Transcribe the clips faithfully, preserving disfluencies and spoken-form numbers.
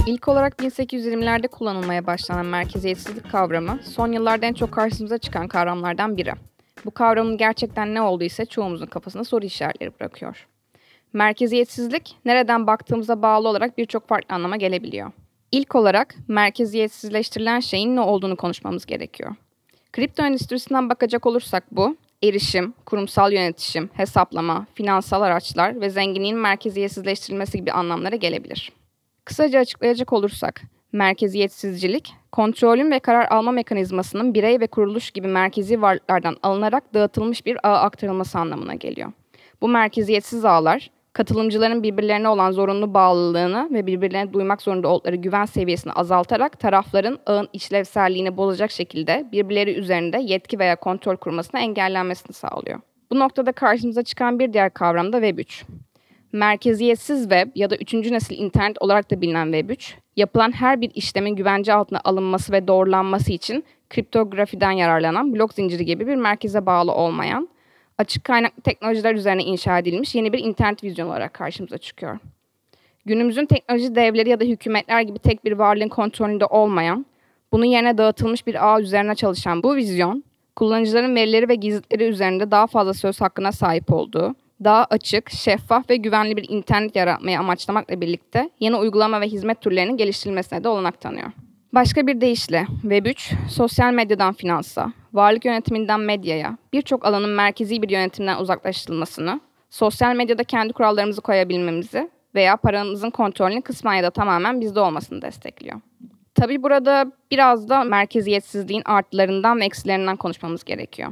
İlk olarak bin sekiz yüz yirmilerde kullanılmaya başlanan merkeziyetsizlik kavramı son yıllarda en çok karşımıza çıkan kavramlardan biri. Bu kavramın gerçekten ne olduğu ise çoğumuzun kafasında soru işaretleri bırakıyor. Merkeziyetsizlik, nereden baktığımıza bağlı olarak birçok farklı anlama gelebiliyor. İlk olarak merkeziyetsizleştirilen şeyin ne olduğunu konuşmamız gerekiyor. Kripto endüstrisinden bakacak olursak bu, erişim, kurumsal yönetişim, hesaplama, finansal araçlar ve zenginliğin merkeziyetsizleştirilmesi gibi anlamlara gelebilir. Kısaca açıklayacak olursak, merkeziyetsizcilik, kontrolün ve karar alma mekanizmasının birey ve kuruluş gibi merkezi varlıklardan alınarak dağıtılmış bir ağa aktarılması anlamına geliyor. Bu merkeziyetsiz ağlar, katılımcıların birbirlerine olan zorunlu bağlılığını ve birbirlerine duymak zorunda oldukları güven seviyesini azaltarak tarafların ağın işlevselliğini bozacak şekilde birbirleri üzerinde yetki veya kontrol kurmasını engellenmesini sağlıyor. Bu noktada karşımıza çıkan bir diğer kavram da Web üç. Merkeziyetsiz web ya da üçüncü nesil internet olarak da bilinen Web üç, yapılan her bir işlemin güvence altına alınması ve doğrulanması için kriptografiden yararlanan blok zinciri gibi bir merkeze bağlı olmayan, açık kaynaklı teknolojiler üzerine inşa edilmiş yeni bir internet vizyonu olarak karşımıza çıkıyor. Günümüzün teknoloji devleri ya da hükümetler gibi tek bir varlığın kontrolünde olmayan, bunun yerine dağıtılmış bir ağ üzerine çalışan bu vizyon, kullanıcıların verileri ve gizlilikleri üzerinde daha fazla söz hakkına sahip olduğu, daha açık, şeffaf ve güvenli bir internet yaratmayı amaçlamakla birlikte yeni uygulama ve hizmet türlerinin geliştirilmesine de olanak tanıyor. Başka bir deyişle Web üç, sosyal medyadan finansa, varlık yönetiminden medyaya, birçok alanın merkezi bir yönetimden uzaklaştırılmasını, sosyal medyada kendi kurallarımızı koyabilmemizi veya paramızın kontrolünün kısmen ya da tamamen bizde olmasını destekliyor. Tabii burada biraz da merkeziyetsizliğin artılarından ve eksilerinden konuşmamız gerekiyor.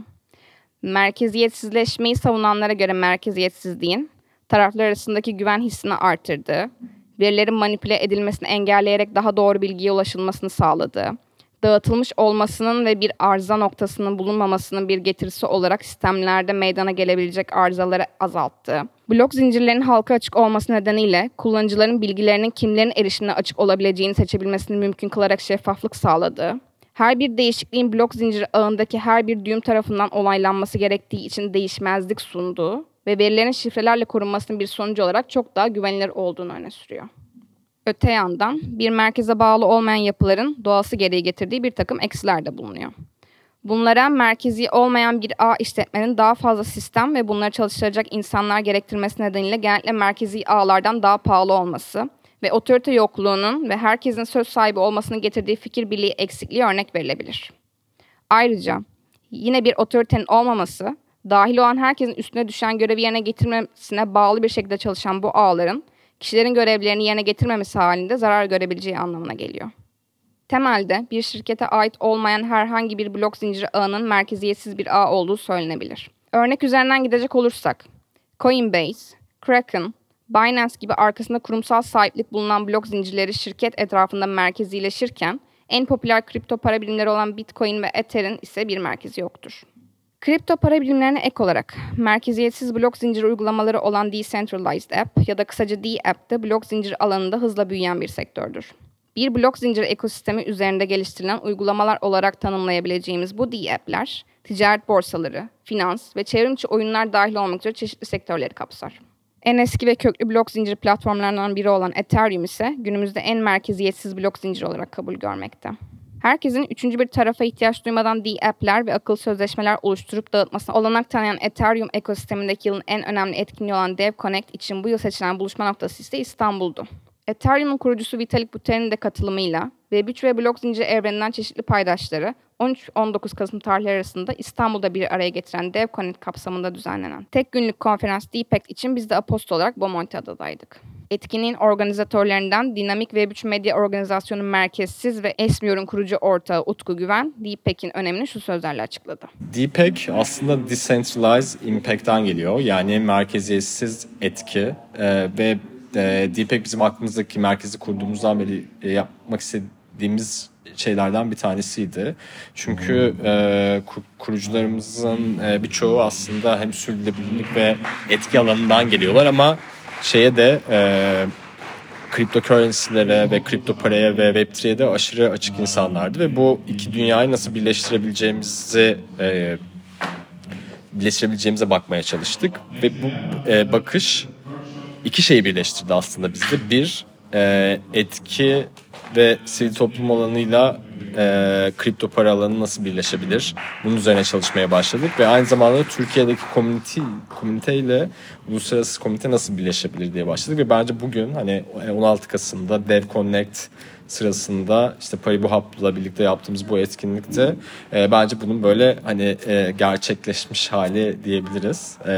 Merkeziyetsizleşmeyi savunanlara göre merkeziyetsizliğin taraflar arasındaki güven hissini artırdığı, verilerin manipüle edilmesini engelleyerek daha doğru bilgiye ulaşılmasını sağladığı, dağıtılmış olmasının ve bir arıza noktasının bulunmamasının bir getirisi olarak sistemlerde meydana gelebilecek arızaları azalttığı, blok zincirlerinin halka açık olması nedeniyle kullanıcıların bilgilerinin kimlerin erişimine açık olabileceğini seçebilmesini mümkün kılarak şeffaflık sağladığı, her bir değişikliğin blok zinciri ağındaki her bir düğüm tarafından onaylanması gerektiği için değişmezlik sunduğu ve verilerin şifrelerle korunmasının bir sonucu olarak çok daha güvenilir olduğunu öne sürüyor. Öte yandan bir merkeze bağlı olmayan yapıların doğası gereği getirdiği bir takım eksiler de bulunuyor. Bunlara merkezi olmayan bir ağ işletmenin daha fazla sistem ve bunları çalıştıracak insanlar gerektirmesi nedeniyle genellikle merkezi ağlardan daha pahalı olması ve otorite yokluğunun ve herkesin söz sahibi olmasının getirdiği fikir birliği eksikliği örnek verilebilir. Ayrıca yine bir otoritenin olmaması, dahil olan herkesin üstüne düşen görevi yerine getirmesine bağlı bir şekilde çalışan bu ağların, kişilerin görevlerini yerine getirmemesi halinde zarar görebileceği anlamına geliyor. Temelde bir şirkete ait olmayan herhangi bir blok zinciri ağının merkeziyetsiz bir ağ olduğu söylenebilir. Örnek üzerinden gidecek olursak, Coinbase, Kraken, Binance gibi arkasında kurumsal sahiplik bulunan blok zincirleri şirket etrafında merkezileşirken, en popüler kripto para birimleri olan Bitcoin ve Ether'in ise bir merkezi yoktur. Kripto para birimlerine ek olarak, merkeziyetsiz blok zinciri uygulamaları olan Decentralized App ya da kısaca D-App de blok zinciri alanında hızla büyüyen bir sektördür. Bir blok zinciri ekosistemi üzerinde geliştirilen uygulamalar olarak tanımlayabileceğimiz bu D-App'ler, ticaret borsaları, finans ve çevrimiçi oyunlar dahil olmak üzere çeşitli sektörleri kapsar. En eski ve köklü blok zinciri platformlarından biri olan Ethereum ise günümüzde en merkeziyetsiz blok zinciri olarak kabul görmekte. Herkesin üçüncü bir tarafa ihtiyaç duymadan D-App'ler ve akıllı sözleşmeler oluşturup dağıtmasına olanak tanıyan Ethereum ekosistemindeki yılın en önemli etkinliği olan DevConnect için bu yıl seçilen buluşma noktası ise İstanbul'du. Ethereum'un kurucusu Vitalik Buterin'in de katılımıyla Web üç ve blok zinciri evreninden çeşitli paydaşları on üç on dokuz Kasım tarihleri arasında İstanbul'da bir araya getiren DevConnect kapsamında düzenlenen tek günlük konferans D-Pact için biz de Aposto olarak Bomontiada'daydık. Etkinliğin organizatörlerinden Dinamik Web üç Medya Organizasyonu Merkezsiz ve Esmiyor'un kurucu ortağı Utku Güven, D-Pact'in önemini şu sözlerle açıkladı. D-Pact aslında Decentralized Impact'tan geliyor. Yani merkeziyetsiz etki ee, ve e, D-Pact bizim aklımızdaki merkezi kurduğumuzdan beri e, yapmak istediğimiz şeylerden bir tanesiydi. Çünkü e, kurucularımızın e, birçoğu aslında hem sürdürülebilirlik ve etki alanından geliyorlar ama şeye de e, cryptocurrency'lere ve kripto paraya ve web üç'e de aşırı açık insanlardı ve bu iki dünyayı nasıl birleştirebileceğimizi e, birleştirebileceğimize bakmaya çalıştık ve bu e, bakış iki şeyi birleştirdi aslında bizde. Bir, e, etki ve sivil toplum alanıyla e, kripto para alanı nasıl birleşebilir? Bunun üzerine çalışmaya başladık ve aynı zamanda Türkiye'deki komünite, komüniteyle uluslararası komünite nasıl birleşebilir diye başladık ve bence bugün hani on altı Kasım'da Dev Connect sırasında işte Paribu Hub'la birlikte yaptığımız bu etkinlikte e, bence bunun böyle hani e, gerçekleşmiş hali diyebiliriz. E,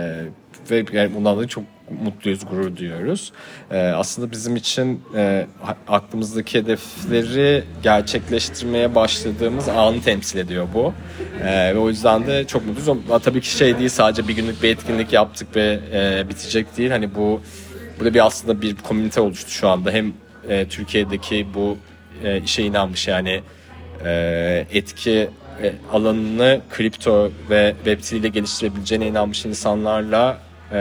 ve yani bundan da çok mutluyuz, gurur duyuyoruz. Ee, aslında bizim için e, aklımızdaki hedefleri gerçekleştirmeye başladığımız anı temsil ediyor bu. Ee, ve o yüzden de çok mutluyuz. Ama tabii ki şey değil, sadece bir günlük bir etkinlik yaptık ve e, bitecek değil. Hani bu burada bir aslında bir komünite oluştu şu anda. Hem e, Türkiye'deki bu e, işe inanmış yani e, etki e, alanını kripto ve web üç ile geliştirebileceğine inanmış insanlarla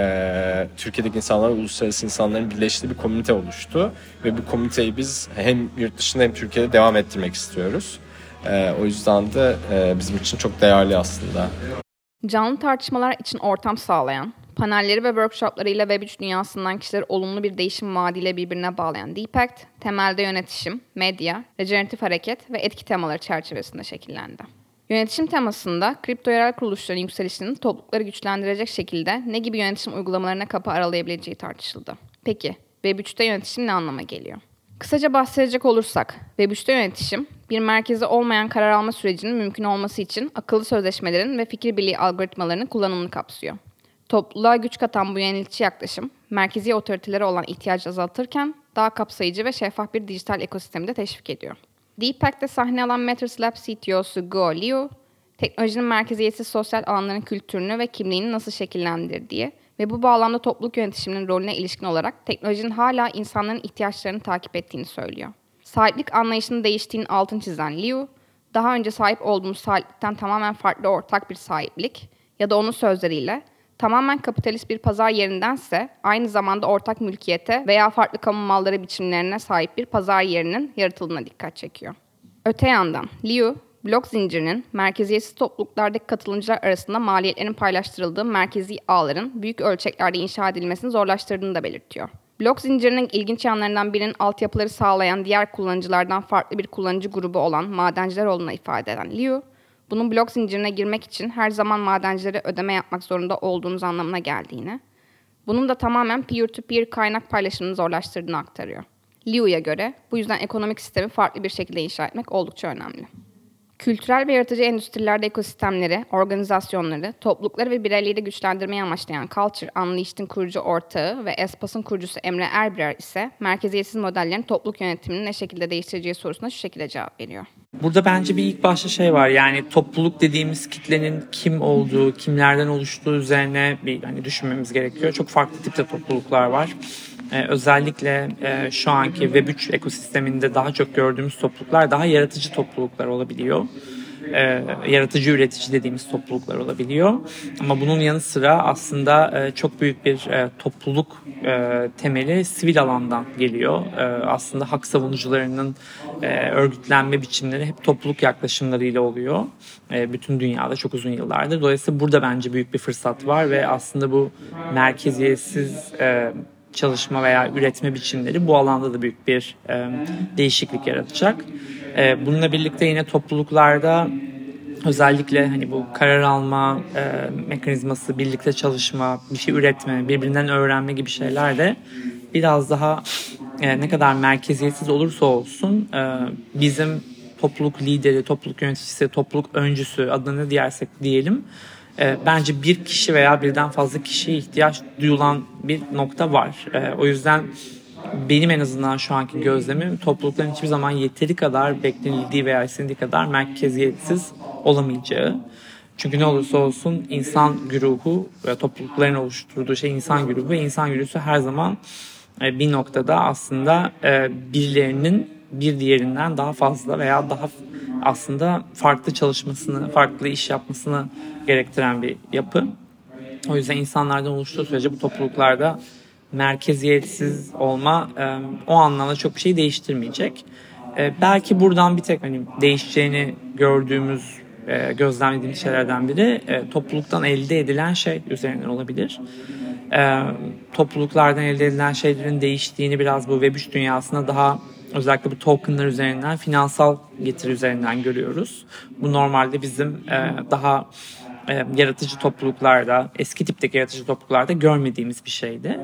Ee, Türkiye'deki insanlar, uluslararası insanların birleştiği bir komünite oluştu ve bu komüniteyi biz hem yurt dışında hem Türkiye'de devam ettirmek istiyoruz. Ee, o yüzden de e, bizim için çok değerli aslında. Canlı tartışmalar için ortam sağlayan, panelleri ve workshoplarıyla web üç dünyasından kişileri olumlu bir değişim vaadiyle birbirine bağlayan Deepact, temelde yönetişim, medya, rejeneratif hareket ve etki temaları çerçevesinde şekillendi. Yönetişim temasında kripto yerel kuruluşların yükselişinin toplulukları güçlendirecek şekilde ne gibi yönetişim uygulamalarına kapı aralayabileceği tartışıldı. Peki, web üçte yönetişim ne anlama geliyor? Kısaca bahsedecek olursak, web üçte yönetişim, bir merkezi olmayan karar alma sürecinin mümkün olması için akıllı sözleşmelerin ve fikir birliği algoritmalarının kullanımını kapsıyor. Topluluğa güç katan bu yenilikçi yaklaşım, merkezi otoritelere olan ihtiyacı azaltırken daha kapsayıcı ve şeffaf bir dijital ekosistemi de teşvik ediyor. Deepact'te sahne alan Matters Lab C T O'su Go Liu, teknolojinin merkeziyetsiz sosyal alanların kültürünü ve kimliğini nasıl şekillendirdiği ve bu bağlamda topluluk yönetişiminin rolüne ilişkin olarak teknolojinin hala insanların ihtiyaçlarını takip ettiğini söylüyor. Sahiplik anlayışının değiştiğinin altını çizen Liu, daha önce sahip olduğumuz sahiplikten tamamen farklı ortak bir sahiplik ya da onun sözleriyle tamamen kapitalist bir pazar yerindense aynı zamanda ortak mülkiyete veya farklı kamu malları biçimlerine sahip bir pazar yerinin yaratıldığına dikkat çekiyor. Öte yandan Liu, blok zincirinin merkeziyetsiz topluluklardaki katılımcılar arasında maliyetlerin paylaştırıldığı merkezi ağların büyük ölçeklerde inşa edilmesini zorlaştırdığını da belirtiyor. Blok zincirinin ilginç yanlarından birinin altyapıları sağlayan diğer kullanıcılardan farklı bir kullanıcı grubu olan madenciler olduğuna ifade eden Liu, bunun blok zincirine girmek için her zaman madencilere ödeme yapmak zorunda olduğunuz anlamına geldiğini, bunun da tamamen peer-to-peer kaynak paylaşımını zorlaştırdığını aktarıyor. Liu'ya göre bu yüzden ekonomik sistemi farklı bir şekilde inşa etmek oldukça önemli. Kültürel ve yaratıcı endüstrilerde ekosistemleri, organizasyonları, toplulukları ve bireyleri güçlendirmeyi amaçlayan Culture Unleashed'in kurucu ortağı ve Espas'ın kurucusu Emre Erbirer ise merkeziyetsiz modellerin topluluk yönetimini ne şekilde değiştireceği sorusuna şu şekilde cevap veriyor. Burada bence bir ilk başta şey var, yani topluluk dediğimiz kitlenin kim olduğu, kimlerden oluştuğu üzerine bir hani düşünmemiz gerekiyor. Çok farklı tipte topluluklar var. Ee, özellikle e, şu anki web üç ekosisteminde daha çok gördüğümüz topluluklar daha yaratıcı topluluklar olabiliyor. Ee, yaratıcı üretici dediğimiz topluluklar olabiliyor. Ama bunun yanı sıra aslında e, çok büyük bir e, topluluk e, temeli sivil alandan geliyor. E, aslında hak savunucularının e, örgütlenme biçimleri hep topluluk yaklaşımlarıyla oluyor. E, bütün dünyada çok uzun yıllardır. Dolayısıyla burada bence büyük bir fırsat var ve aslında bu merkeziyetsiz e, çalışma veya üretme biçimleri bu alanda da büyük bir e, değişiklik yaratacak. E, bununla birlikte yine topluluklarda özellikle hani bu karar alma e, mekanizması, birlikte çalışma, bir şey üretme, birbirinden öğrenme gibi şeyler de biraz daha e, ne kadar merkeziyetsiz olursa olsun e, bizim topluluk lideri, topluluk yöneticisi, topluluk öncüsü adını ne diyersek diyelim, E, bence bir kişi veya birden fazla kişiye ihtiyaç duyulan bir nokta var. E, o yüzden benim en azından şu anki gözlemim toplulukların hiçbir zaman yeteri kadar beklenildiği veya istendiği kadar merkeziyetsiz olamayacağı. Çünkü ne olursa olsun insan güruhu ve toplulukların oluşturduğu şey insan güruhu ve insan güruhu her zaman e, bir noktada aslında e, birilerinin bir diğerinden daha fazla veya daha aslında farklı çalışmasını, farklı iş yapmasını gerektiren bir yapı. O yüzden insanlardan oluştuğu sürece bu topluluklarda merkeziyetsiz olma e, o anlamda çok bir şey değiştirmeyecek. E, belki buradan bir tek hani değişeceğini gördüğümüz, e, gözlemlediğimiz şeylerden biri e, topluluktan elde edilen şey üzerinden olabilir. e, topluluklardan elde edilen şeylerin değiştiğini biraz bu Web üç dünyasında daha özellikle bu tokenlar üzerinden, finansal getiri üzerinden görüyoruz. Bu normalde bizim e, daha e, yaratıcı topluluklarda, eski tipteki yaratıcı topluluklarda görmediğimiz bir şeydi.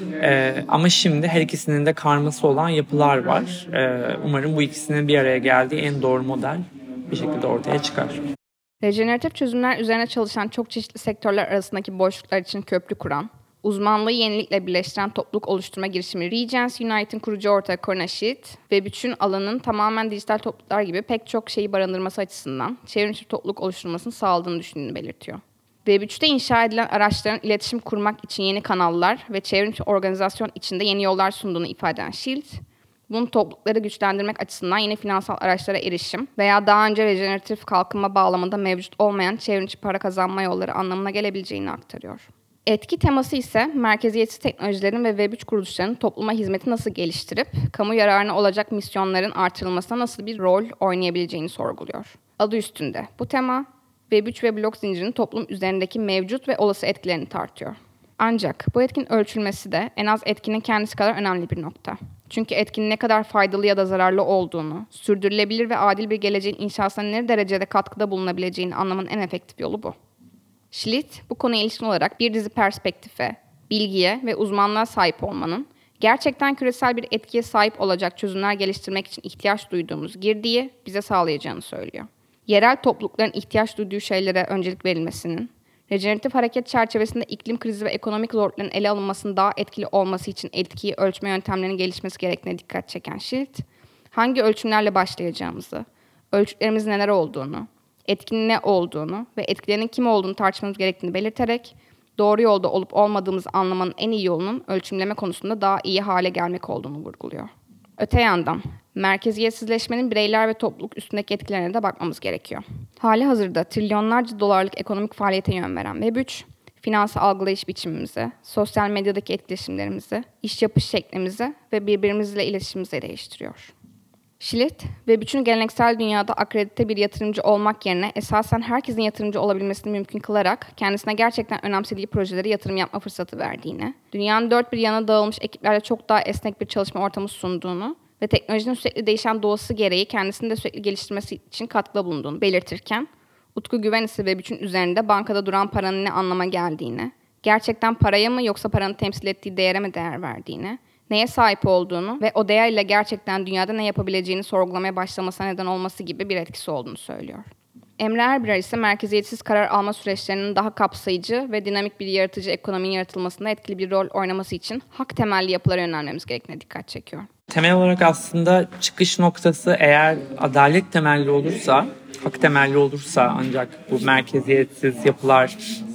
E, ama şimdi her ikisinin de karması olan yapılar var. E, umarım bu ikisinin bir araya geldiği en doğru model bir şekilde ortaya çıkar. Rejeneratif çözümler üzerine çalışan çok çeşitli sektörler arasındaki boşluklar için köprü kuran, uzmanlığı yenilikle birleştiren topluluk oluşturma girişimi Regens Unite'ın kurucu ortağı Corinna Schildt, Web üçün alanın tamamen dijital topluluklar gibi pek çok şeyi barındırması açısından çevrimiçi topluluk oluşturmasını sağladığını düşündüğünü belirtiyor. Web üçte inşa edilen araçların iletişim kurmak için yeni kanallar ve çevrimiçi organizasyon içinde yeni yollar sunduğunu ifade eden Schildt, bunun toplulukları güçlendirmek açısından yeni finansal araçlara erişim veya daha önce rejeneratif kalkınma bağlamında mevcut olmayan çevrimiçi para kazanma yolları anlamına gelebileceğini aktarıyor. Etki teması ise merkeziyetsiz teknolojilerin ve Web üç kuruluşlarının topluma hizmeti nasıl geliştirip, kamu yararına olacak misyonların artırılmasına nasıl bir rol oynayabileceğini sorguluyor. Adı üstünde. Bu tema, Web üç ve blok zincirinin toplum üzerindeki mevcut ve olası etkilerini tartıyor. Ancak bu etkinin ölçülmesi de en az etkinin kendisi kadar önemli bir nokta. Çünkü etkinin ne kadar faydalı ya da zararlı olduğunu, sürdürülebilir ve adil bir geleceğin inşasına ne derecede katkıda bulunabileceğini anlamanın en efektif yolu bu. Schildt, bu konuya ilişkin olarak bir dizi perspektife, bilgiye ve uzmanlığa sahip olmanın, gerçekten küresel bir etkiye sahip olacak çözümler geliştirmek için ihtiyaç duyduğumuz girdiği bize sağlayacağını söylüyor. Yerel toplulukların ihtiyaç duyduğu şeylere öncelik verilmesinin, rejeneratif hareket çerçevesinde iklim krizi ve ekonomik zorlukların ele alınmasının daha etkili olması için etkiyi ölçme yöntemlerinin gelişmesi gerektiğine dikkat çeken Schildt, hangi ölçümlerle başlayacağımızı, ölçütlerimizin neler olduğunu, etkinin ne olduğunu ve etkilerinin kim olduğunu tartışmamız gerektiğini belirterek, doğru yolda olup olmadığımızı anlamanın en iyi yolunun ölçümleme konusunda daha iyi hale gelmek olduğunu vurguluyor. Öte yandan, merkeziyetsizleşmenin bireyler ve topluluk üstündeki etkilerine de bakmamız gerekiyor. Hali hazırda trilyonlarca dolarlık ekonomik faaliyete yön veren Web üç, finansı algılayış biçimimizi, sosyal medyadaki etkileşimlerimizi, iş yapış şeklimizi ve birbirimizle iletişimimizi değiştiriyor. Schildt, Web üçün geleneksel dünyada akredite bir yatırımcı olmak yerine esasen herkesin yatırımcı olabilmesini mümkün kılarak kendisine gerçekten önemsediği projelere yatırım yapma fırsatı verdiğini, dünyanın dört bir yanına dağılmış ekiplerle çok daha esnek bir çalışma ortamı sunduğunu ve teknolojinin sürekli değişen doğası gereği kendisini de sürekli geliştirmesi için katkıda bulunduğunu belirtirken, Utku Güven ise Web üçün üzerinde bankada duran paranın ne anlama geldiğini, gerçekten paraya mı yoksa paranın temsil ettiği değere mi değer verdiğini, neye sahip olduğunu ve o değerle gerçekten dünyada ne yapabileceğini sorgulamaya başlamasına neden olması gibi bir etkisi olduğunu söylüyor. Emre Erbirer ise merkeziyetsiz karar alma süreçlerinin daha kapsayıcı ve dinamik bir yaratıcı ekonominin yaratılmasında etkili bir rol oynaması için hak temelli yapılara yönelmemiz gerektiğine dikkat çekiyor. Temel olarak aslında çıkış noktası eğer adalet temelli olursa, hak temelli olursa ancak bu merkeziyetsiz yapılar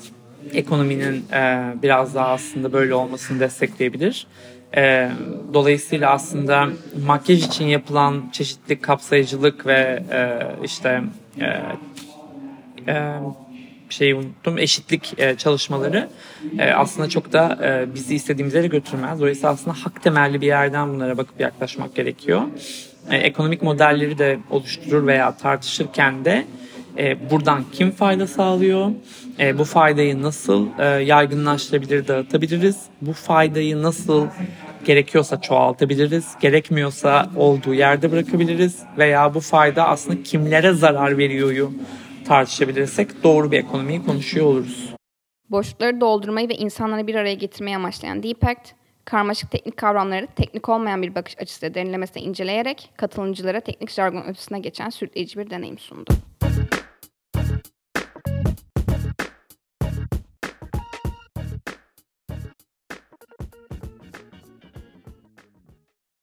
ekonominin e, biraz daha aslında böyle olmasını destekleyebilir. E, dolayısıyla aslında makyaj için yapılan çeşitli kapsayıcılık ve e, işte e, e, şeyi unuttum eşitlik e, çalışmaları e, aslında çok da e, bizi istediğimiz yere götürmez. Dolayısıyla aslında hak temelli bir yerden bunlara bakıp yaklaşmak gerekiyor. E, ekonomik modelleri de oluşturur veya tartışırken de e, buradan kim fayda sağlıyor? E, bu faydayı nasıl e, yaygınlaştırabilir, dağıtabiliriz? Bu faydayı nasıl gerekiyorsa çoğaltabiliriz, gerekmiyorsa olduğu yerde bırakabiliriz veya bu fayda aslında kimlere zarar veriyoryu tartışabilirsek doğru bir ekonomiyi konuşuyor oluruz. Boşlukları doldurmayı ve insanları bir araya getirmeyi amaçlayan Deepact, karmaşık teknik kavramları teknik olmayan bir bakış açısıyla derinlemesine inceleyerek katılımcılara teknik jargon ötesine geçen sürükleyici bir deneyim sundu.